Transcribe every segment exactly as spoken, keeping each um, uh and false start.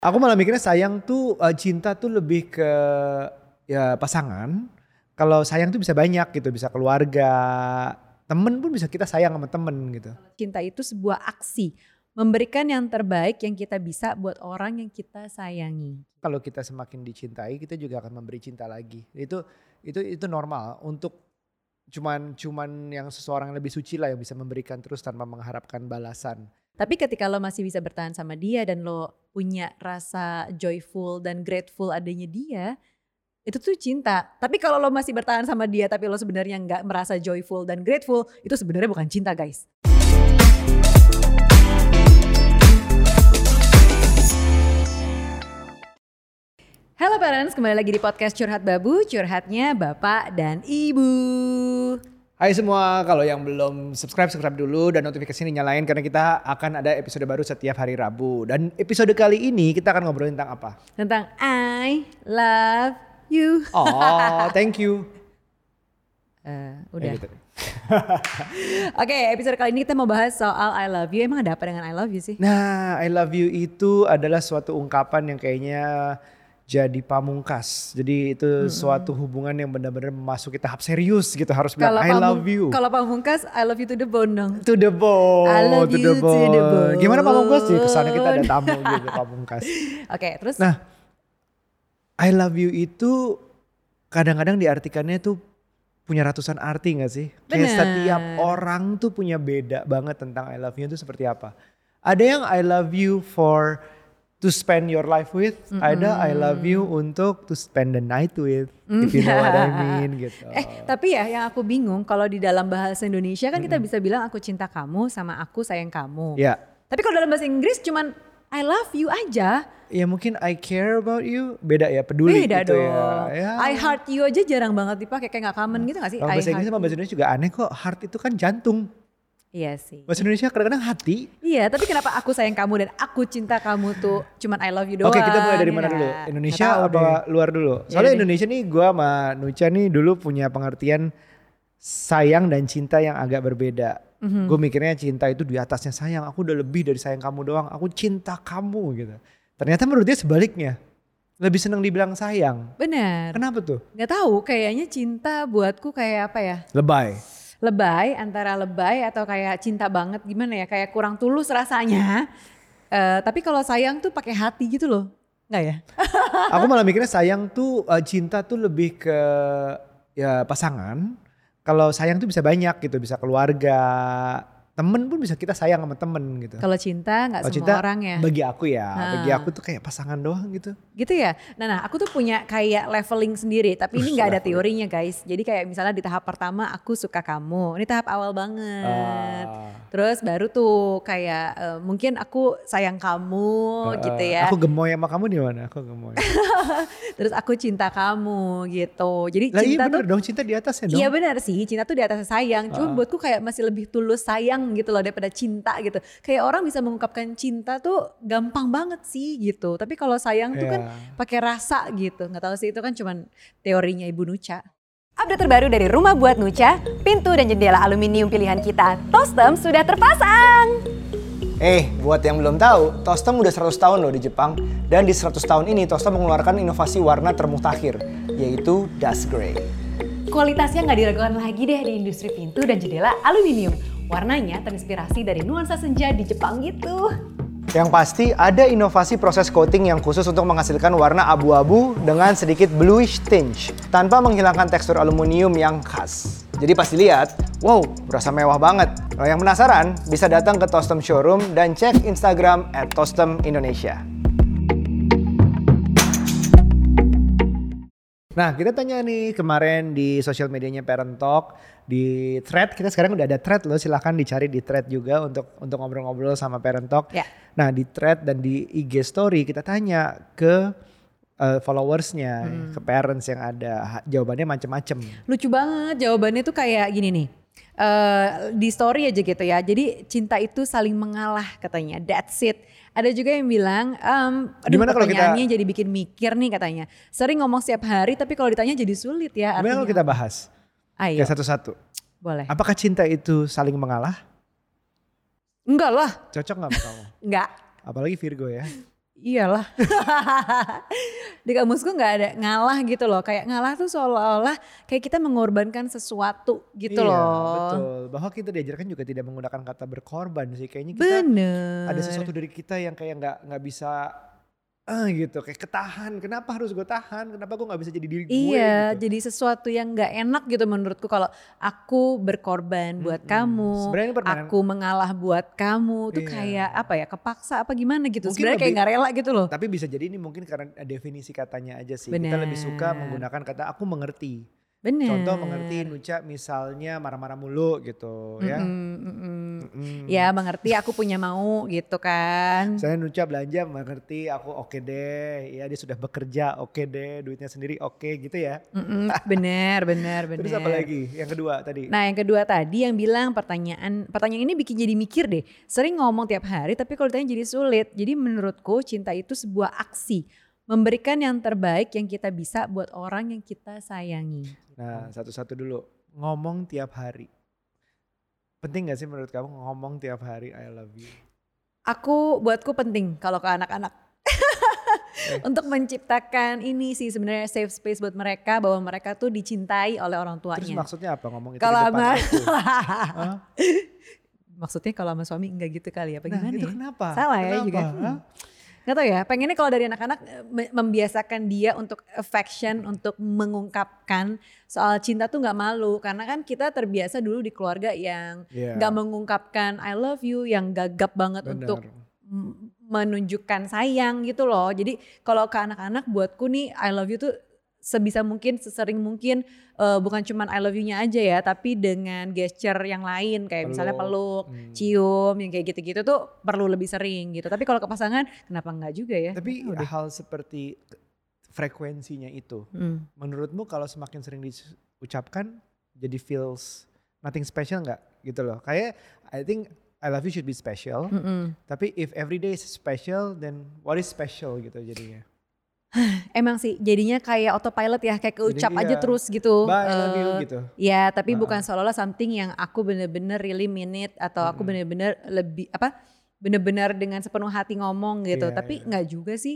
Aku malah mikirnya sayang tuh uh, cinta tuh lebih ke ya pasangan. Kalau sayang tuh bisa banyak gitu, bisa keluarga, temen pun bisa kita sayang sama temen gitu. Cinta itu sebuah aksi, memberikan yang terbaik yang kita bisa buat orang yang kita sayangi. Kalau kita semakin dicintai, kita juga akan memberi cinta lagi. Itu itu itu normal untuk cuman cuman yang seseorang yang lebih suci lah yang bisa memberikan terus tanpa mengharapkan balasan. Tapi ketika lo masih bisa bertahan sama dia dan lo punya rasa joyful dan grateful adanya dia, itu tuh cinta. Tapi kalau lo masih bertahan sama dia tapi lo sebenarnya nggak merasa joyful dan grateful, itu sebenarnya bukan cinta, guys. Halo parents, kembali lagi di podcast Curhat Babu, curhatnya Bapak dan Ibu. Hai semua, kalau yang belum subscribe, subscribe dulu dan notifikasinya nyalain karena kita akan ada episode baru setiap hari Rabu. Dan episode kali ini kita akan ngobrolin tentang apa? Tentang I love you. Oh, thank you. Uh, udah. Eh, gitu. Oke, episode kali ini kita mau bahas soal I love you. Emang ada apa dengan I love you sih? Nah, I love you itu adalah suatu ungkapan yang kayaknya jadi pamungkas. Jadi itu hmm. suatu hubungan yang benar-benar memasuki tahap serius gitu. Harus bilang I love you. Kalau pamungkas, I love you to the bone dong. To the bone. I love to you the bone. to the bone. Gimana pamungkas sih? Kesannya kita ada tamu gitu pamungkas. Oke, okay, terus? Nah, I love you itu kadang-kadang diartikannya tuh punya ratusan arti gak sih? Bener. Kayak setiap orang tuh punya beda banget tentang I love you itu seperti apa. Ada yang I love you for to spend your life with, mm-hmm. ada I love you untuk to spend the night with, mm-hmm. if you know what I mean gitu. Eh tapi ya yang aku bingung kalau di dalam bahasa Indonesia kan mm-hmm. kita bisa bilang aku cinta kamu sama aku sayang kamu. Ya. Yeah. Tapi kalau dalam bahasa Inggris cuman I love you aja. Ya mungkin I care about you, beda ya, peduli beda gitu dong. ya. I heart you aja jarang banget dipakai, kayak gak common gitu gak sih? Kalau bahasa Inggris sama bahasa Indonesia juga aneh kok, heart itu kan jantung. Iya sih. Bahasa Indonesia kadang-kadang hati. Iya, tapi kenapa aku sayang kamu dan aku cinta kamu tuh cuman I love you doang. Oke, kita mulai dari mana ya dulu? Indonesia apa luar dulu? Soalnya ya, Indonesia nih gue sama Nucha nih dulu punya pengertian sayang dan cinta yang agak berbeda. Mm-hmm. Gue mikirnya cinta itu di atasnya sayang. Aku udah lebih dari sayang kamu doang. Aku cinta kamu gitu. Ternyata menurut dia sebaliknya. Lebih seneng dibilang sayang. Benar. Kenapa tuh? Gak tahu, kayaknya cinta buatku kayak apa ya? Lebay. Lebay, antara lebay atau kayak cinta banget gimana ya, kayak kurang tulus rasanya. Uh, tapi kalau sayang tuh pakai hati gitu loh, nggak ya? Aku malah mikirnya sayang tuh uh, cinta tuh lebih ke ya pasangan. Kalau sayang tuh bisa banyak gitu, bisa keluarga, temen pun bisa kita sayang sama temen gitu. Kalau cinta nggak semua cinta, orang ya. Bagi aku ya, nah. bagi aku tuh kayak pasangan doang gitu. Gitu ya. Nah, nah aku tuh punya kayak leveling sendiri, tapi ini nggak ada teorinya guys. Jadi kayak misalnya di tahap pertama aku suka kamu, ini tahap awal banget. Uh. Terus baru tuh kayak uh, mungkin aku sayang kamu uh, gitu ya. Aku gemoy sama kamu di mana? Aku gemoy. Terus aku cinta kamu gitu. Jadi lah cinta iya bener tuh dong, cinta di atasnya dong. Iya benar sih, cinta tuh di atasnya sayang. Cuma uh. buatku kayak masih lebih tulus sayang gitu loh daripada cinta gitu. Kayak orang bisa mengungkapkan cinta tuh gampang banget sih gitu. Tapi kalau sayang yeah. tuh kan pakai rasa gitu. Nggak tahu sih, itu kan cuman teorinya Ibu Nucha. Update terbaru dari Rumah Buat Nucha, pintu dan jendela aluminium pilihan kita, Tostem sudah terpasang. Eh, buat yang belum tahu, Tostem udah seratus tahun loh di Jepang. Dan di seratus tahun ini Tostem mengeluarkan inovasi warna termutakhir, yaitu Dust Grey. Kualitasnya nggak diragukan lagi deh di industri pintu dan jendela aluminium. Warnanya terinspirasi dari nuansa senja di Jepang gitu. Yang pasti ada inovasi proses coating yang khusus untuk menghasilkan warna abu-abu dengan sedikit bluish tinge tanpa menghilangkan tekstur aluminium yang khas. Jadi pas dilihat, wow, berasa mewah banget. Kalau yang penasaran, bisa datang ke Tostem Showroom dan cek Instagram at tostem indonesia. Nah, kita tanya nih kemarin di sosial medianya Parent Talk, di thread, kita sekarang udah ada thread loh, silahkan dicari di thread juga untuk untuk ngobrol-ngobrol sama Parent Talk. Ya. Nah, di thread dan di I G story kita tanya ke uh, followersnya, hmm. ke parents yang ada, jawabannya macem-macem. Lucu banget jawabannya tuh kayak gini nih, uh, di story aja gitu ya, jadi cinta itu saling mengalah katanya, that's it. Ada juga yang bilang, um, aduh gimana pertanyaannya kita, jadi bikin mikir nih katanya. Sering ngomong setiap hari tapi kalau ditanya jadi sulit ya. Gimana kalau kita bahas? Ayo. Kayak satu-satu. Boleh. Apakah cinta itu saling mengalah? Enggak lah. Cocok gak sama kamu? Enggak. Apalagi Virgo ya. Iyalah. Di kamusku gak ada ngalah gitu loh. Kayak ngalah tuh seolah-olah kayak kita mengorbankan sesuatu gitu iya, loh. Betul. Bahwa kita diajarkan juga tidak menggunakan kata berkorban sih. Kayaknya kita Bener. ada sesuatu dari kita yang kayak gak, gak bisa eh gitu. Kayak ketahan. Kenapa harus gue tahan? Kenapa gue gak bisa jadi diri gue Iya, gitu. jadi sesuatu yang gak enak gitu menurutku kalau aku berkorban buat Mm-mm. kamu, Sebenarnya ini permainan- aku mengalah buat kamu, tuh Iya. kayak apa ya, kepaksa apa gimana gitu. Mungkin Sebenarnya kayak lebih- gak rela gitu loh. Tapi bisa jadi ini mungkin karena definisi katanya aja sih. Kita Bener. lebih suka menggunakan kata aku mengerti. Bener. Contoh mengerti Nucha misalnya marah-marah mulu gitu ya. Mm-mm, mm-mm. Mm-mm. Ya mengerti aku punya mau gitu kan. Saya Nucha belanja mengerti aku oke deh. Ya dia sudah bekerja oke deh. Duitnya sendiri oke gitu ya. Mm-mm, bener, bener, bener. Terus apa lagi yang kedua tadi? Nah yang kedua tadi yang bilang pertanyaan, pertanyaan ini bikin jadi mikir deh. Sering ngomong tiap hari tapi kalau ditanya jadi sulit. Jadi menurutku cinta itu sebuah aksi. Memberikan yang terbaik yang kita bisa buat orang yang kita sayangi. Nah satu-satu dulu. Ngomong tiap hari. Penting gak sih menurut kamu ngomong tiap hari I love you? Aku buatku penting kalau ke anak-anak. Untuk menciptakan ini sih sebenarnya safe space buat mereka bahwa mereka tuh dicintai oleh orang tuanya. Terus maksudnya apa ngomong itu Kalau di depan sama aku? Hah? maksudnya kalau sama suami enggak gitu kali ya? Apa Nah gimana itu ya? kenapa? Salah ya Kenapa? juga. Hah? Gak tau ya, pengennya kalau dari anak-anak me- membiasakan dia untuk affection, untuk mengungkapkan soal cinta tuh gak malu. Karena kan kita terbiasa dulu di keluarga yang Iya. gak mengungkapkan I love you, yang gagap banget Benar. untuk m- menunjukkan sayang gitu loh. Jadi kalau ke anak-anak buatku nih I love you tuh sebisa mungkin, sesering mungkin uh, bukan cuman I love you-nya aja ya, tapi dengan gesture yang lain kayak Peluk. misalnya peluk, Hmm. cium, yang kayak gitu-gitu tuh perlu lebih sering gitu. Tapi kalau ke pasangan kenapa enggak juga ya? Tapi Nggak tahu deh. hal seperti frekuensinya itu, Hmm. menurutmu kalau semakin sering diucapkan jadi feels nothing special nggak gitu loh? Kayak I think I love you should be special. Mm-mm. Tapi if every day is special, then what is special gitu jadinya? Emang sih jadinya kayak autopilot ya, kayak keucap Jadi aja iya, terus gitu. Bye, I love you Eh, gitu. Ya tapi Ah. bukan seolah-olah something yang aku bener-bener really mean it atau aku bener-bener lebih apa bener-bener dengan sepenuh hati ngomong gitu. Iya, Tapi iya. nggak juga sih.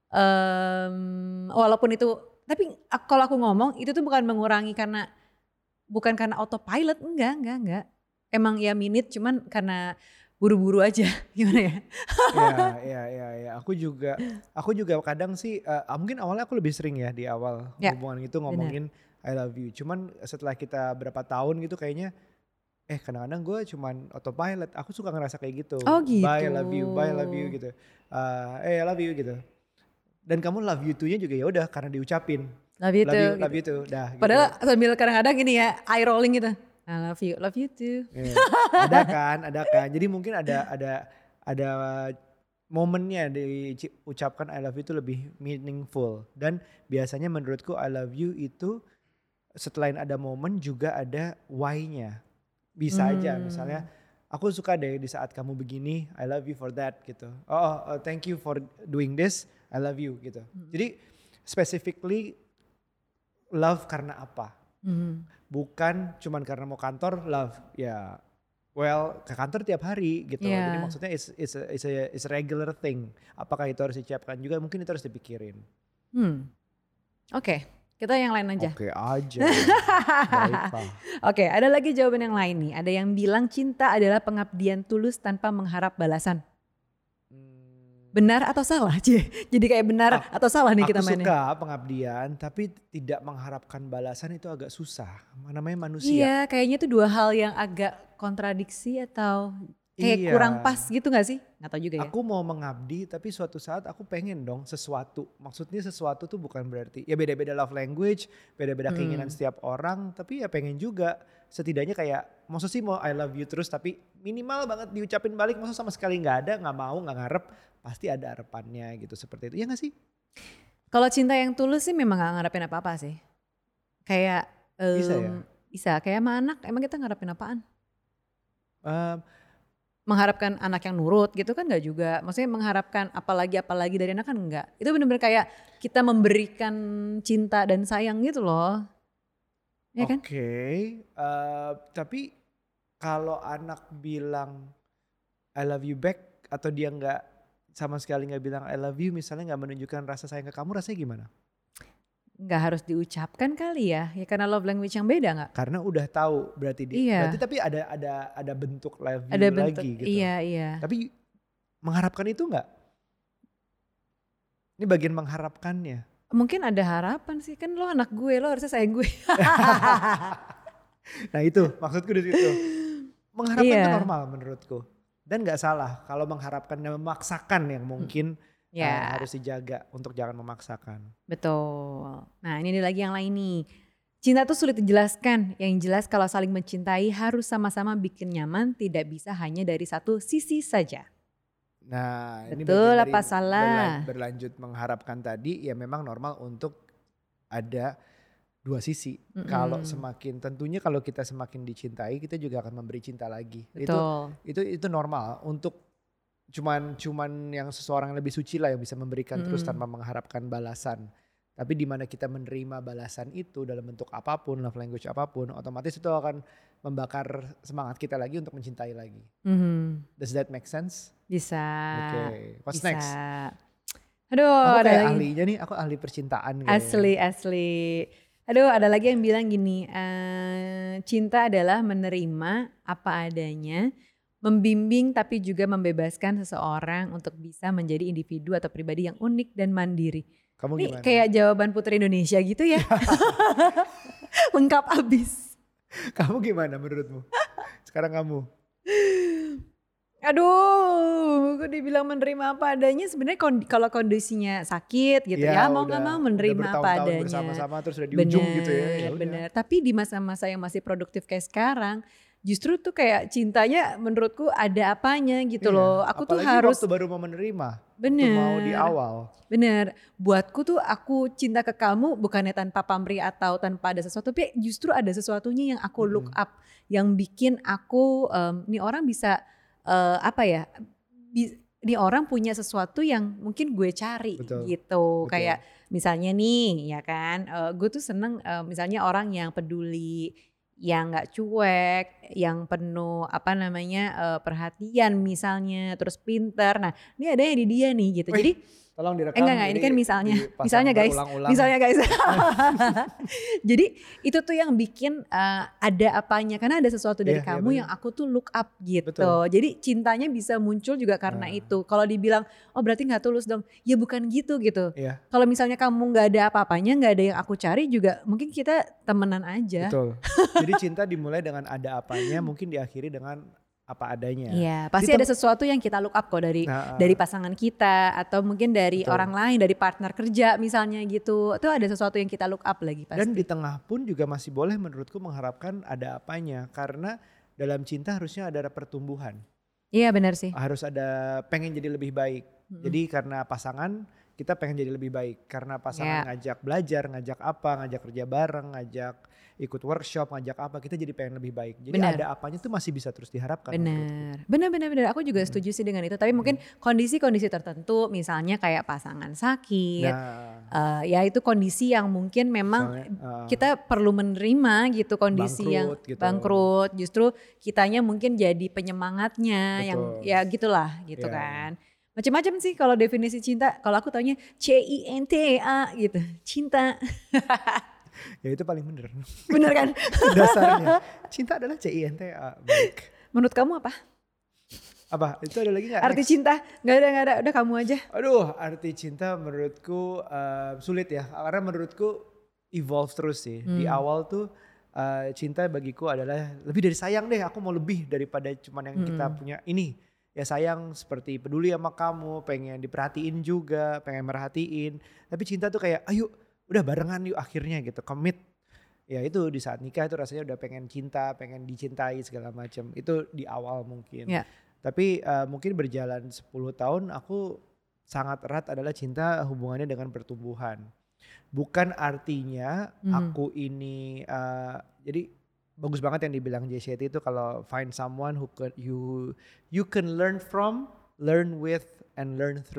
Em, walaupun itu, tapi ak- kalau aku ngomong itu tuh bukan mengurangi karena bukan karena autopilot, enggak, enggak, enggak. Emang ya minute cuman karena buru-buru aja, gimana ya? Iya, iya, iya, iya. Aku juga, aku juga kadang sih, eh, mungkin awalnya aku lebih sering ya di awal Ya, hubungan itu ngomongin I love you. Cuman setelah kita berapa tahun gitu kayaknya, eh kadang-kadang gue cuman autopilot. Aku suka ngerasa kayak gitu. Oh gitu. Bye, I love you, bye, I love you gitu. Eh, eh I love you gitu. Dan kamu love you to-nya juga ya udah karena diucapin. Love you love too. you, gitu. love you too. Dah. Gitu. Padahal sambil kadang-kadang ini ya eye rolling gitu. I love you, love you too. Iya. Ada kan, ada kan. Jadi mungkin ada ada ada momennya diucapkan I love you itu lebih meaningful. Dan biasanya menurutku I love you itu selain ada momen juga ada why-nya. Bisa aja misalnya aku suka deh di saat kamu begini, I love you for that gitu. Oh, oh thank you for doing this, I love you gitu. Jadi specifically love karena apa? Hmm. Bukan cuman karena mau kantor love ya well ke kantor tiap hari gitu. Yeah. Jadi maksudnya it's, it's, a, it's, a, it's a regular thing. Apakah itu harus dicapkan juga? Mungkin itu harus dipikirin. Hmm. Oke, kita yang lain aja. Oke aja. Baiklah. Oke, ada lagi jawaban yang lain nih. Ada yang bilang cinta adalah pengabdian tulus tanpa mengharap balasan. Benar atau salah? Jadi kayak benar Ah, atau salah nih Aku kita mainnya. suka pengabdian tapi tidak mengharapkan balasan itu agak susah. Namanya manusia. Iya, kayaknya itu dua hal yang agak kontradiksi atau kayak Iya. kurang pas gitu gak sih? Gak tau juga ya. Aku mau mengabdi tapi suatu saat aku pengen dong sesuatu. Maksudnya sesuatu tuh bukan berarti ya beda-beda love language, beda-beda keinginan setiap orang. Tapi ya pengen juga setidaknya kayak maksud sih mau I love you terus tapi minimal banget diucapin balik. Maksud sama sekali gak ada, gak mau, gak ngarep. Pasti ada harapannya gitu seperti itu. Ya gak sih? Kalau cinta yang tulus sih memang gak ngarepin apa-apa sih. Kayak Bisa em, ya? Bisa, kayak sama anak emang kita ngarepin apaan? Um, Mengharapkan anak yang nurut gitu kan enggak juga. Maksudnya mengharapkan apalagi-apalagi dari anak kan enggak. Itu benar-benar kayak kita memberikan cinta dan sayang gitu loh. Ya kan? Oke, eh, tapi kalau anak bilang I love you back atau dia nggak sama sekali nggak bilang I love you, misalnya nggak menunjukkan rasa sayang ke kamu, rasanya gimana? Nggak harus diucapkan kali ya, ya karena love language yang beda nggak? Karena udah tahu berarti dia, Iya. berarti tapi ada ada ada bentuk love you Ada bentuk, lagi gitu. iya iya. Tapi mengharapkan itu nggak? Ini bagian mengharapkannya. Mungkin ada harapan sih, kan lo anak gue, lo harusnya sayang gue. Nah itu maksudku di situ. Mengharapkan Iya. itu normal menurutku. Dan nggak salah kalau mengharapkan dan memaksakan yang mungkin Ya. uh, harus dijaga untuk jangan memaksakan. Betul. Nah ini ada lagi yang lain nih. Cinta tuh sulit dijelaskan. Yang jelas kalau saling mencintai harus sama-sama bikin nyaman, tidak bisa hanya dari satu sisi saja. Nah ini Betul, bagian apa dari salah? berlan- berlanjut mengharapkan tadi, ya memang normal untuk ada dua sisi. Mm-mm. Kalau semakin, tentunya kalau kita semakin dicintai, kita juga akan memberi cinta lagi. Itu Betul. itu itu normal untuk cuman cuman yang seseorang yang lebih suci lah yang bisa memberikan terus Mm-mm. tanpa mengharapkan balasan. Tapi di mana kita menerima balasan itu dalam bentuk apapun, love language apapun, otomatis itu akan membakar semangat kita lagi untuk mencintai lagi. Mhm. Does that make sense? Bisa. Oke, what's bisa. next? Aduh, Aku ada kayak lagi. ahlinya nih, aku ahli percintaan kayaknya. Asli, asli. Aduh, ada lagi yang bilang gini, eh, cinta adalah menerima apa adanya, membimbing tapi juga membebaskan seseorang untuk bisa menjadi individu atau pribadi yang unik dan mandiri. Kamu Ini gimana? kayak jawaban Putri Indonesia gitu ya. Lengkap abis. Kamu gimana menurutmu? Sekarang kamu. Aduh, gue dibilang menerima apa adanya. Sebenarnya kondi- kalau kondisinya sakit gitu ya, mau nggak udah- mau udah menerima apa bertahun-tahun adanya. bersama-sama terus udah di ujung gitu ya. Ya udah. Bener. Tapi di masa-masa yang masih produktif kayak sekarang, justru tuh kayak cintanya menurutku ada apanya gitu Iya, loh. Aku tuh apalagi harus waktu baru mau menerima. Waktu bener. mau di awal. Bener, buatku tuh aku cinta ke kamu bukannya tanpa pamrih atau tanpa ada sesuatu, tapi justru ada sesuatunya yang aku look up, yang bikin aku, um, nih orang bisa uh, apa ya, bi- nih orang punya sesuatu yang mungkin gue cari. Betul, Gitu. betul. Kayak misalnya nih, ya kan, uh, gue tuh seneng uh, misalnya orang yang peduli, yang nggak cuek, yang penuh apa namanya uh, perhatian misalnya, terus pinter. Nah, ini ada yang di dia nih gitu. Wih, Jadi tolong direkam. Eh, enggak, enggak, ini jadi kan misalnya. dipasang Misalnya guys, berulang-ulang. misalnya guys. Jadi itu tuh yang bikin uh, ada apanya, karena ada sesuatu dari Iya, iya, kamu bener. yang aku tuh look up gitu. Betul. Jadi cintanya bisa muncul juga karena Nah. itu. Kalau dibilang, oh berarti nggak tulus dong, ya bukan gitu gitu. Iya, Kalau misalnya kamu nggak ada apa-apanya, nggak ada yang aku cari juga, mungkin kita temenan aja. betul. Jadi cinta dimulai dengan ada apanya, mungkin diakhiri dengan apa adanya. Iya, pasti Di ada tem- sesuatu yang kita look up kok dari Nah, dari pasangan kita atau mungkin dari Betul. orang lain, dari partner kerja misalnya gitu. Itu ada sesuatu yang kita look up lagi pasti. Dan di tengah pun juga masih boleh menurutku mengharapkan ada apanya. Karena dalam cinta harusnya ada pertumbuhan. Iya benar sih. Harus ada pengen jadi lebih baik. Jadi karena pasangan kita pengen jadi lebih baik. Karena pasangan Ya. ngajak belajar, ngajak apa, ngajak kerja bareng, ngajak ikut workshop, ngajak apa, kita jadi pengen lebih baik. Jadi Benar. ada apanya tuh masih bisa terus diharapkan. menurutku. Benar, benar, benar, benar. Aku juga setuju sih dengan itu. Tapi mungkin kondisi-kondisi tertentu, misalnya kayak pasangan sakit, Nah, eh, ya itu kondisi yang mungkin memang Misalnya, uh, kita perlu menerima gitu kondisi yang bangkrut gitu. bangkrut. Justru kitanya mungkin jadi penyemangatnya, yang Betul. ya gitulah gitu Iya. kan. Macam-macam sih kalau definisi cinta. Kalau aku taunya C I N T A gitu, cinta. ya itu paling bener. Bener kan? Dasarnya. Cinta adalah C I N T A. Baik. Menurut kamu apa? Apa? Itu ada lagi gak? Arti Next. cinta? Gak ada, gak ada. Udah kamu aja. Aduh, arti cinta menurutku uh, sulit ya. Karena menurutku evolve terus sih. Di Hmm. awal tuh uh, cinta bagiku adalah lebih dari sayang deh. Aku mau lebih daripada cuman yang kita Hmm. punya ini. Ya sayang seperti peduli sama kamu, pengen diperhatiin juga, pengen merhatiin. Tapi cinta tuh kayak ayo udah barengan yuk akhirnya gitu, commit. Ya itu di saat nikah itu rasanya udah pengen cinta, pengen dicintai segala macam. Itu di awal mungkin. Ya. Tapi uh, mungkin berjalan sepuluh tahun aku sangat erat adalah cinta hubungannya dengan pertumbuhan. Bukan artinya Mhm. aku ini uh, jadi bagus banget yang dibilang Jay Shetty itu kalau find someone who can, you you can learn from, learn with, and learn through.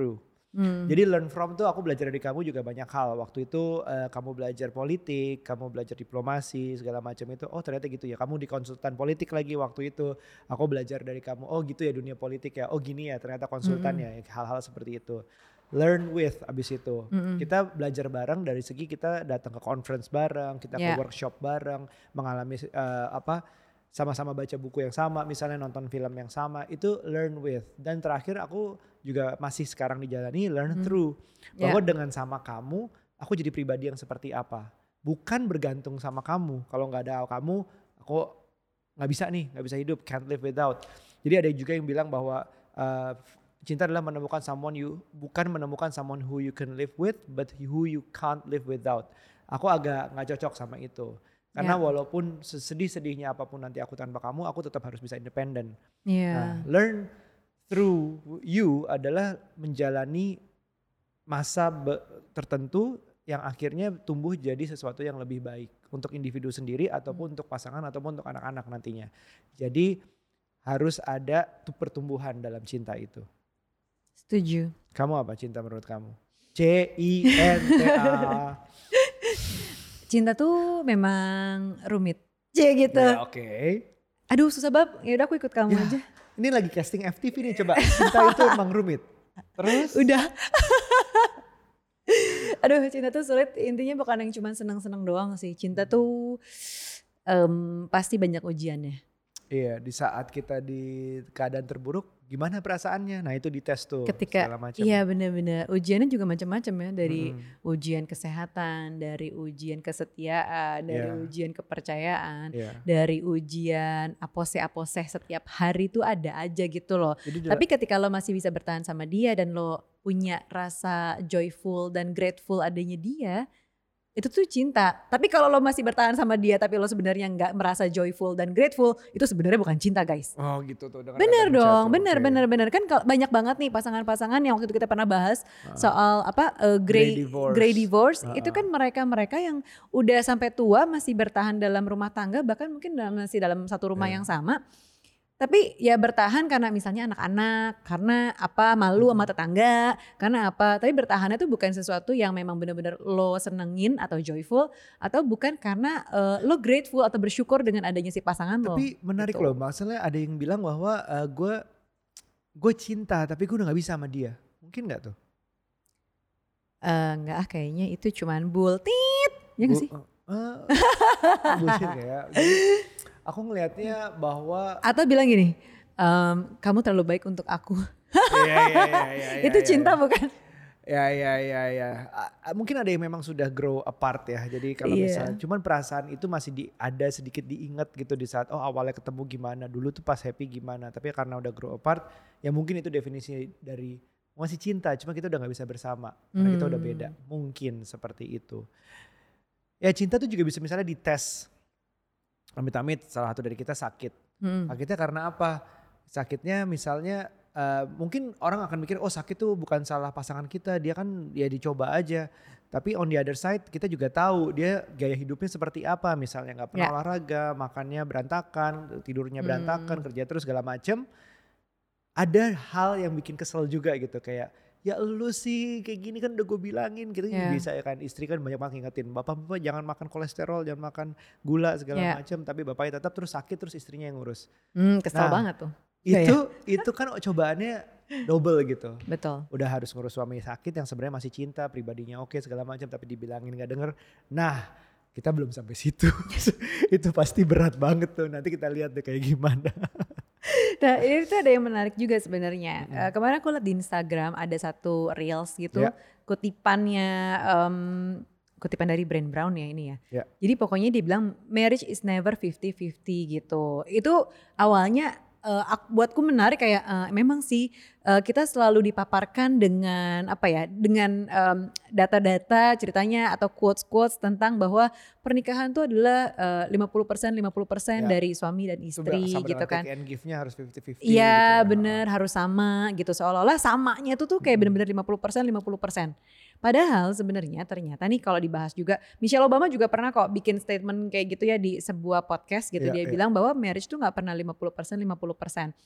Hmm. Jadi learn from tuh aku belajar dari kamu juga banyak hal. Waktu itu uh, kamu belajar politik, kamu belajar diplomasi segala macam itu. Oh ternyata gitu ya. Kamu di konsultan politik lagi waktu itu. Aku belajar dari kamu. Oh gitu ya dunia politik ya. Oh gini ya ternyata konsultan hmm. ya. Hal-hal seperti itu. Learn with abis itu. Hmm. Kita belajar bareng dari segi kita datang ke conference bareng, kita yeah. ke workshop bareng, mengalami uh, apa? sama-sama baca buku yang sama, misalnya nonton film yang sama, itu learn with. Dan terakhir aku juga masih sekarang dijalani learn hmm. through. Bahwa yeah. dengan sama kamu, aku jadi pribadi yang seperti apa. Bukan bergantung sama kamu. Kalau gak ada kamu, aku gak bisa nih, gak bisa hidup, can't live without. Jadi ada juga yang bilang bahwa uh, cinta adalah menemukan someone you, bukan menemukan someone who you can live with, but who you can't live without. Aku agak gak cocok sama itu. Karena yeah. walaupun sesedih-sedihnya apapun nanti aku tanpa kamu, aku tetap harus bisa independen. Yeah. Nah, learn through you adalah menjalani masa be- tertentu yang akhirnya tumbuh jadi sesuatu yang lebih baik untuk individu sendiri ataupun hmm. untuk pasangan ataupun untuk anak-anak nantinya. Jadi harus ada tuh pertumbuhan dalam cinta itu. Setuju. Kamu apa cinta menurut kamu? C I N T A. Cinta tuh memang rumit. C gitu. Ya, oke. Okay. Aduh susah banget. Ya udah aku ikut kamu ya, aja. Ini lagi casting F T V nih coba. Cinta itu emang rumit. Terus? Udah. Aduh cinta tuh sulit. Intinya bukan yang cuma senang-senang doang sih. Cinta tuh um, pasti banyak ujiannya. Iya, di saat kita di keadaan terburuk, gimana perasaannya? Nah itu dites tuh. Ketika, iya benar-benar. Ujiannya juga macam-macam ya. Dari hmm. ujian kesehatan, dari ujian kesetiaan, dari yeah. ujian kepercayaan, yeah. dari ujian apose-apose setiap hari tuh ada aja gitu loh. Jadi, tapi ketika lo masih bisa bertahan sama dia dan lo punya rasa joyful dan grateful adanya dia, itu tuh cinta. Tapi kalau lo masih bertahan sama dia tapi lo sebenarnya nggak merasa joyful dan grateful, itu sebenarnya bukan cinta guys. Oh gitu tuh. Bener dong, bener, okay. bener bener kan banyak banget nih pasangan-pasangan yang waktu itu kita pernah bahas uh, soal apa uh, grey, grey divorce, grey divorce. Uh, itu kan mereka-mereka yang udah sampai tua masih bertahan dalam rumah tangga, bahkan mungkin masih dalam satu rumah yeah. yang sama. Tapi ya bertahan karena misalnya anak-anak, karena apa malu sama tetangga, karena apa. Tapi bertahannya tuh bukan sesuatu yang memang benar-benar lo senengin atau joyful, atau bukan karena uh, lo grateful atau bersyukur dengan adanya si pasangan lo. Tapi menarik gitu. Loh, maksudnya ada yang bilang bahwa uh, gue gue cinta tapi gue udah gak bisa sama dia. Mungkin gak tuh? Uh, enggak ah kayaknya itu cuman bultit, ya gak sih? Uh, uh, bullshit kayak. Jadi, aku ngelihatnya bahwa atau bilang gini, ehm, kamu terlalu baik untuk aku. Iya iya iya iya. Itu ya, cinta ya. bukan? Ya ya ya ya. Mungkin ada yang memang sudah grow apart ya. Jadi kalau yeah. misalnya, cuman perasaan itu masih di, ada sedikit diingat gitu di saat oh awalnya ketemu gimana, dulu tuh pas happy gimana. Tapi karena udah grow apart, ya mungkin itu definisi dari masih cinta. Cuma kita udah nggak bisa bersama, karena hmm. kita udah beda. Mungkin seperti itu. Ya cinta tuh juga bisa misalnya dites. Amit-amit salah satu dari kita sakit. Hmm. Sakitnya karena apa? Sakitnya misalnya uh, mungkin orang akan mikir oh sakit tuh bukan salah pasangan kita. Dia kan ya dicoba aja. Tapi on the other side kita juga tahu dia gaya hidupnya seperti apa. Misalnya gak pernah yeah. olahraga, makannya berantakan, tidurnya berantakan, hmm. kerja terus segala macem. Ada hal yang bikin kesel juga gitu kayak ya lu sih kayak gini kan udah gue bilangin gitu yeah. bisa ya kan istri kan banyak banget ngingetin bapak-bapak jangan makan kolesterol jangan makan gula segala yeah. macam tapi bapaknya tetap terus sakit terus istrinya yang ngurus. Hmm, kesel nah, banget tuh. Itu ya, ya. itu kan cobaannya double gitu. Betul. Udah harus ngurus suami sakit yang sebenarnya masih cinta pribadinya oke segala macam tapi dibilangin nggak denger. Nah kita belum sampai situ. Itu pasti berat banget tuh nanti kita lihat deh kayak gimana. Nah ini tuh ada yang menarik juga sebenarnya. Mm-hmm. Uh, kemarin aku lihat di Instagram ada satu reels gitu, yeah. kutipannya um, kutipan dari Brand Brown ya ini ya. Yeah. Jadi pokoknya dia bilang marriage is never fifty fifty gitu. Itu awalnya uh, buatku menarik kayak uh, memang sih uh, kita selalu dipaparkan dengan apa ya, dengan um, data-data ceritanya atau quotes-quotes tentang bahwa pernikahan itu adalah uh, lima puluh persen lima puluh persen ya. Dari suami dan istri gitu kan. Take and give-nya harus fifty fifty. Iya gitu. Bener harus sama gitu, seolah-olah samanya tuh tuh kayak hmm. bener-bener lima puluh persen lima puluh persen. Padahal sebenarnya ternyata nih kalau dibahas juga Michelle Obama juga pernah kok bikin statement kayak gitu ya di sebuah podcast gitu. Ya, dia ya. bilang bahwa marriage tuh gak pernah lima puluh persen lima puluh persen.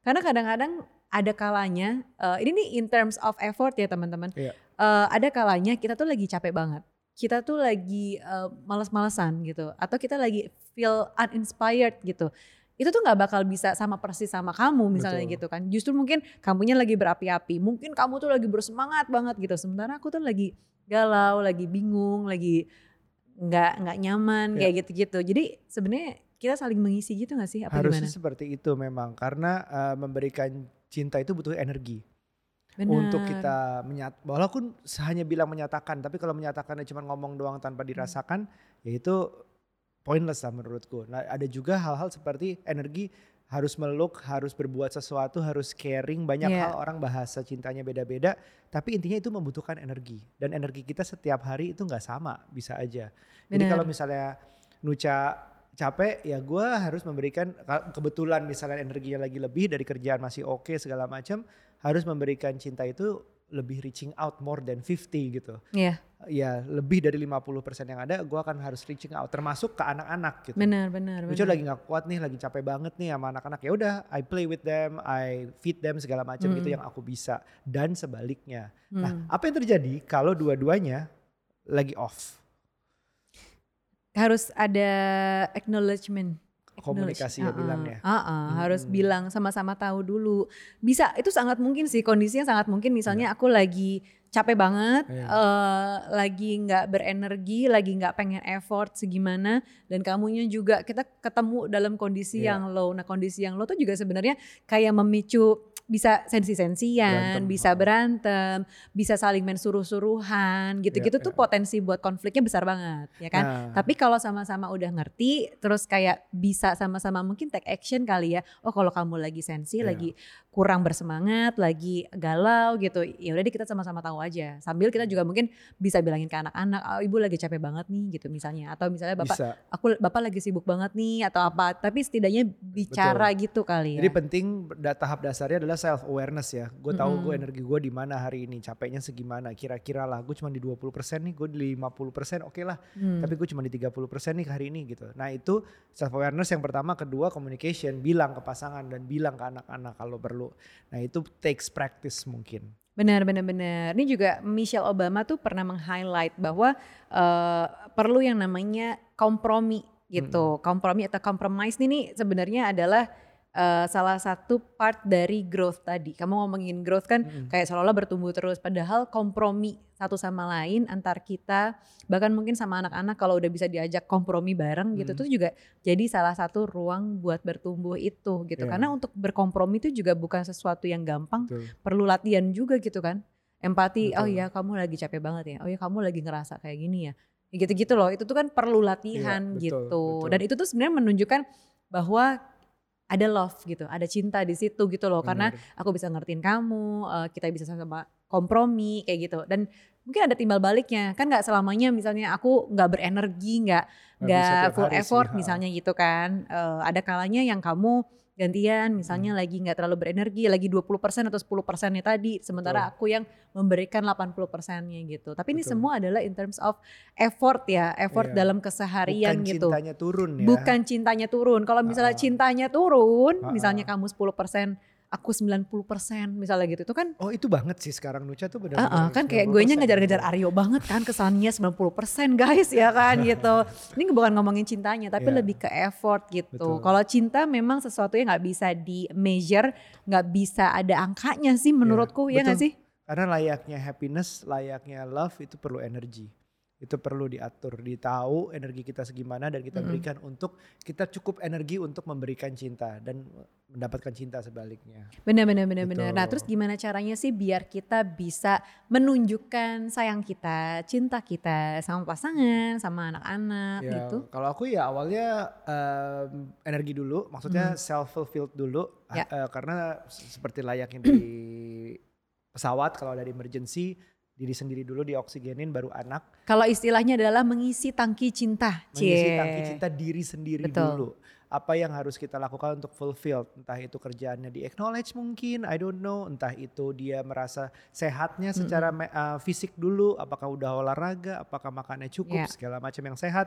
Karena kadang-kadang ada kalanya, uh, ini nih in terms of effort ya teman-teman. Iya. Uh, ada kalanya kita tuh lagi capek banget. Kita tuh lagi uh, males-malesan gitu. Atau kita lagi feel uninspired gitu. Itu tuh gak bakal bisa sama persis sama kamu misalnya. Betul. Gitu kan. Justru mungkin kamunya lagi berapi-api. Mungkin kamu tuh lagi bersemangat banget gitu. Sementara aku tuh lagi galau, lagi bingung, lagi gak, gak nyaman ya. Kayak gitu-gitu. Jadi sebenarnya kita saling mengisi gitu gak sih? Apa Harusnya gimana? seperti itu memang. Karena uh, memberikan cinta itu butuh energi. Bener. Untuk kita menyat, walaupun hanya bilang menyatakan, tapi kalau menyatakannya cuma ngomong doang tanpa dirasakan, hmm. ya itu pointless lah menurutku. Nah, ada juga hal-hal seperti energi harus meluk, harus berbuat sesuatu, harus caring. Banyak yeah. hal orang bahasa cintanya beda-beda, tapi intinya itu membutuhkan energi. Dan energi kita setiap hari itu nggak sama, bisa aja. Bener. Jadi kalau misalnya Nucha capek, ya gue harus memberikan, kebetulan misalnya energinya lagi lebih dari kerjaan masih oke okay, segala macam, harus memberikan cinta itu lebih reaching out more than fifty gitu. Iya. Yeah. Ya lebih dari lima puluh persen yang ada gue akan harus reaching out, termasuk ke anak-anak gitu. Benar, benar. Nucha lagi gak kuat nih, lagi capek banget nih sama anak-anak, ya udah I play with them, I feed them segala macam hmm. gitu yang aku bisa. Dan sebaliknya. Hmm. Nah apa yang terjadi kalau dua-duanya lagi off? Harus ada acknowledgement. Komunikasi ya uh-uh. bilangnya. Uh-uh. Hmm. Harus bilang sama-sama tahu dulu. Bisa, itu sangat mungkin sih, kondisinya sangat mungkin. Misalnya yeah. aku lagi capek banget, yeah. uh, lagi gak berenergi, lagi gak pengen effort segimana. Dan kamunya juga, kita ketemu dalam kondisi yeah. yang low. Nah kondisi yang low tuh juga sebenarnya kayak memicu, bisa sensi-sensian, berantem. bisa berantem, bisa saling main suruh-suruhan, gitu-gitu ya, tuh ya. Potensi buat konfliknya besar banget, ya kan? Nah. Tapi kalau sama-sama udah ngerti, terus kayak bisa sama-sama mungkin take action kali ya. Oh kalau kamu lagi sensi, ya. lagi kurang bersemangat, lagi galau gitu, ya udah deh kita sama-sama tahu aja. Sambil kita juga mungkin bisa bilangin ke anak-anak, oh ibu lagi capek banget nih gitu misalnya. Atau misalnya bapak, bisa. aku bapak lagi sibuk banget nih atau apa. Tapi setidaknya bicara Betul. gitu kali ya. Jadi penting tahap dasarnya adalah self awareness ya. Gue tahu mm-hmm. gue energi gue di mana hari ini, capeknya segimana. Kira-kira lah gue cuma di dua puluh persen nih, gue di lima puluh persen oke okay lah. Mm. Tapi gue cuma di tiga puluh persen nih hari ini gitu. Nah itu self awareness yang pertama, kedua communication, bilang ke pasangan dan bilang ke anak-anak kalau perlu. Nah itu takes practice mungkin. Benar, benar, benar. Ini juga Michelle Obama tuh pernah meng-highlight bahwa uh, perlu yang namanya kompromi gitu. Mm-hmm. Kompromi atau compromise ini nih sebenarnya adalah Uh, salah satu part dari growth tadi. Kamu ngomongin growth kan mm-hmm. kayak seolah-olah bertumbuh terus. Padahal kompromi satu sama lain antar kita, bahkan mungkin sama anak-anak kalau udah bisa diajak kompromi bareng mm-hmm. gitu. Itu juga jadi salah satu ruang buat bertumbuh itu gitu. Yeah. Karena untuk berkompromi itu juga bukan sesuatu yang gampang. Betul. Perlu latihan juga gitu kan. Empati, Betul. oh ya kamu lagi capek banget ya. Oh ya kamu lagi ngerasa kayak gini ya. Ya gitu-gitu loh. Itu tuh kan perlu latihan yeah, betul, gitu. Betul. Dan itu tuh sebenarnya menunjukkan bahwa ada love gitu, ada cinta di situ gitu loh. Bener. Karena aku bisa ngertiin kamu, uh, kita bisa sama-sama kompromi kayak gitu. Dan mungkin ada timbal baliknya, kan gak selamanya misalnya aku gak berenergi, gak, gak full effort sih, misalnya gitu kan. Uh, ada kalanya yang kamu gantian misalnya hmm. lagi gak terlalu berenergi, lagi dua puluh persen atau sepuluh persennya tadi. Sementara Betul. aku yang memberikan delapan puluh persennya gitu. Tapi Betul. ini semua adalah in terms of effort ya, effort iya. dalam keseharian Bukan gitu. Bukan cintanya turun ya. Bukan cintanya turun. Kalau misalnya uh-uh. cintanya turun, uh-uh. misalnya kamu sepuluh persen, aku sembilan puluh persen misalnya gitu. Itu kan oh itu banget sih sekarang Nucha tuh benar-benar uh-uh, kan kayak gue nya ngejar-ngejar Aryo banget kan, kesannya sembilan puluh persen guys ya kan gitu. Ini bukan ngomongin cintanya tapi yeah. lebih ke effort gitu. Kalau cinta memang sesuatu yang gak bisa di measure, gak bisa ada angkanya sih menurutku, yeah. ya gak sih? Karena layaknya happiness, layaknya love itu perlu energi. Itu perlu diatur, ditahu energi kita segimana dan kita mm-hmm. berikan untuk kita cukup energi untuk memberikan cinta dan mendapatkan cinta sebaliknya. Benar benar benar benar. Nah, terus gimana caranya sih biar kita bisa menunjukkan sayang kita, cinta kita sama pasangan, sama anak-anak ya, gitu? Kalau aku ya awalnya um, energi dulu, maksudnya mm. self fulfilled dulu ya. uh, karena seperti layaknya di pesawat kalau ada emergency, diri sendiri dulu dioksigenin baru anak. Kalau istilahnya adalah mengisi tangki cinta. Mengisi Cie. tangki cinta diri sendiri Betul. dulu. Apa yang harus kita lakukan untuk fulfill. Entah itu kerjaannya di acknowledge mungkin, I don't know. Entah itu dia merasa sehatnya secara mm-hmm. uh, fisik dulu. Apakah udah olahraga, apakah makannya cukup, yeah. segala macam yang sehat.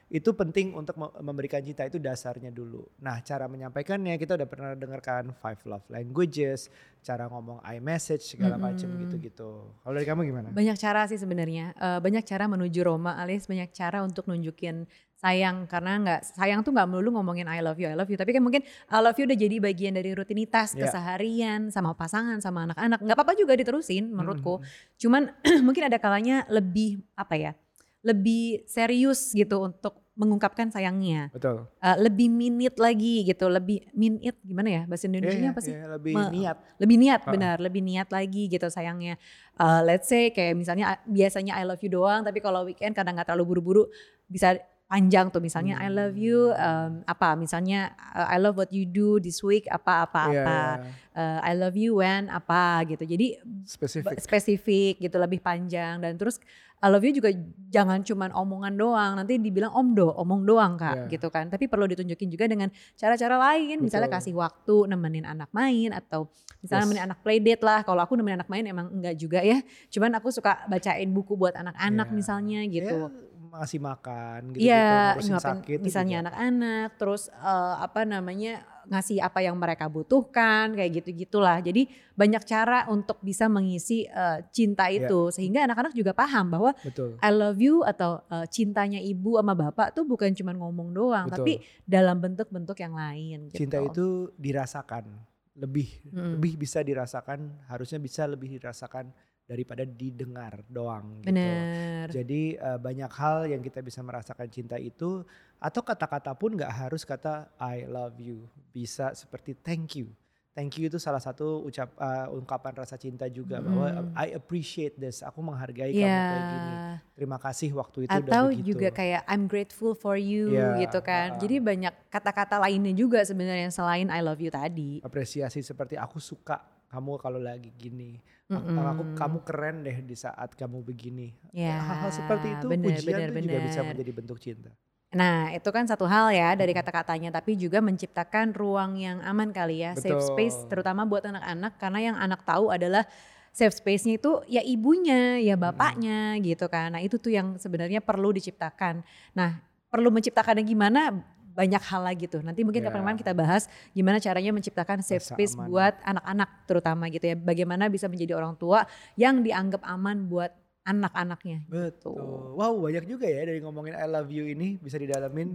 itu penting untuk memberikan cinta, itu dasarnya dulu. Nah cara menyampaikannya kita udah pernah dengarkan five love languages, cara ngomong I message segala mm-hmm. macam gitu-gitu. Kalau dari kamu gimana? Banyak cara sih sebenarnya, uh, banyak cara menuju Roma alias banyak cara untuk nunjukin sayang. Karena nggak, sayang tuh nggak melulu ngomongin I love you, I love you. Tapi kan mungkin I love you udah jadi bagian dari rutinitas yeah. keseharian sama pasangan, sama anak-anak. Nggak apa-apa juga diterusin menurutku. Mm-hmm. Cuman mungkin ada kalanya lebih apa ya, lebih serius gitu untuk mengungkapkan sayangnya. Betul. Uh, lebih minit lagi gitu, lebih minit gimana ya bahasa Indonesianya yeah, apa sih? Yeah, lebih Me- niat. Lebih niat uh. benar, lebih niat lagi gitu sayangnya. Uh, let's say kayak misalnya biasanya I love you doang, tapi kalau weekend karena nggak terlalu buru-buru bisa panjang tuh misalnya hmm. I love you um, apa misalnya uh, I love what you do this week apa apa yeah, apa yeah. Uh, I love you when apa gitu, jadi spesifik spesifik gitu, lebih panjang. Dan terus I love you juga jangan cuman omongan doang, nanti dibilang om do omong doang kak yeah. gitu kan, tapi perlu ditunjukin juga dengan cara-cara lain. Betul. Misalnya kasih waktu nemenin anak main, atau misalnya yes. nemenin anak playdate lah. Kalau aku nemenin anak main emang enggak juga ya, cuman aku suka bacain buku buat anak-anak yeah. misalnya gitu yeah. ngasih makan gitu, ya, gitu sakit misalnya anak-anak, terus uh, apa namanya ngasih apa yang mereka butuhkan kayak gitu-gitulah. Jadi banyak cara untuk bisa mengisi uh, cinta itu yeah. sehingga anak-anak juga paham bahwa Betul. I love you atau uh, cintanya ibu sama bapak tuh bukan cuma ngomong doang, Betul. tapi dalam bentuk-bentuk yang lain. Gitu. Cinta itu dirasakan, lebih hmm. lebih bisa dirasakan, harusnya bisa lebih dirasakan daripada didengar doang gitu. Bener. Jadi uh, banyak hal yang kita bisa merasakan cinta itu, atau kata-kata pun gak harus kata I love you, bisa seperti thank you. Thank you itu salah satu ucap uh, ungkapan rasa cinta juga, hmm. bahwa I appreciate this, aku menghargai yeah. kamu kayak gini. Terima kasih waktu itu atau udah begitu. Atau juga kayak I'm grateful for you yeah. gitu kan. Uh, Jadi banyak kata-kata lainnya juga sebenarnya selain I love you tadi. Apresiasi seperti aku suka kamu kalau lagi gini, mm-hmm. aku kamu keren deh di saat kamu begini. Ya, hal-hal seperti itu bener, pujian bener, itu bener. juga bisa menjadi bentuk cinta. Nah itu kan satu hal ya dari kata-katanya, tapi juga menciptakan ruang yang aman kali ya. Betul. Safe space terutama buat anak-anak, karena yang anak tahu adalah safe space-nya itu ya ibunya, ya bapaknya hmm. gitu kan. Nah itu tuh yang sebenarnya perlu diciptakan. Nah perlu menciptakannya gimana? Banyak hal lagi tuh. Nanti mungkin yeah. kapan-kapan kita bahas gimana caranya menciptakan safe Masa space aman. buat anak-anak terutama gitu ya. Bagaimana bisa menjadi orang tua yang dianggap aman buat anak-anaknya. Betul. Gitu. Wow, banyak juga ya dari ngomongin I love you ini bisa didalamin.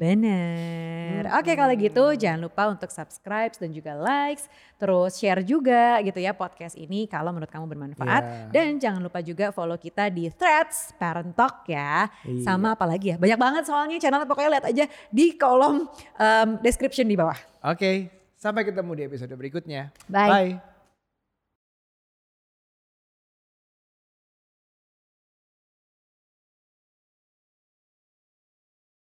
Bener. Hmm. Oke, kalau gitu jangan lupa untuk subscribe dan juga likes, terus share juga gitu ya podcast ini kalau menurut kamu bermanfaat. Yeah. Dan jangan lupa juga follow kita di Threads Parent Talk ya. Yeah. Sama apa lagi ya? Banyak banget soalnya channel, pokoknya lihat aja di kolom um, description di bawah. Oke, okay. Sampai ketemu di episode berikutnya. Bye. Bye.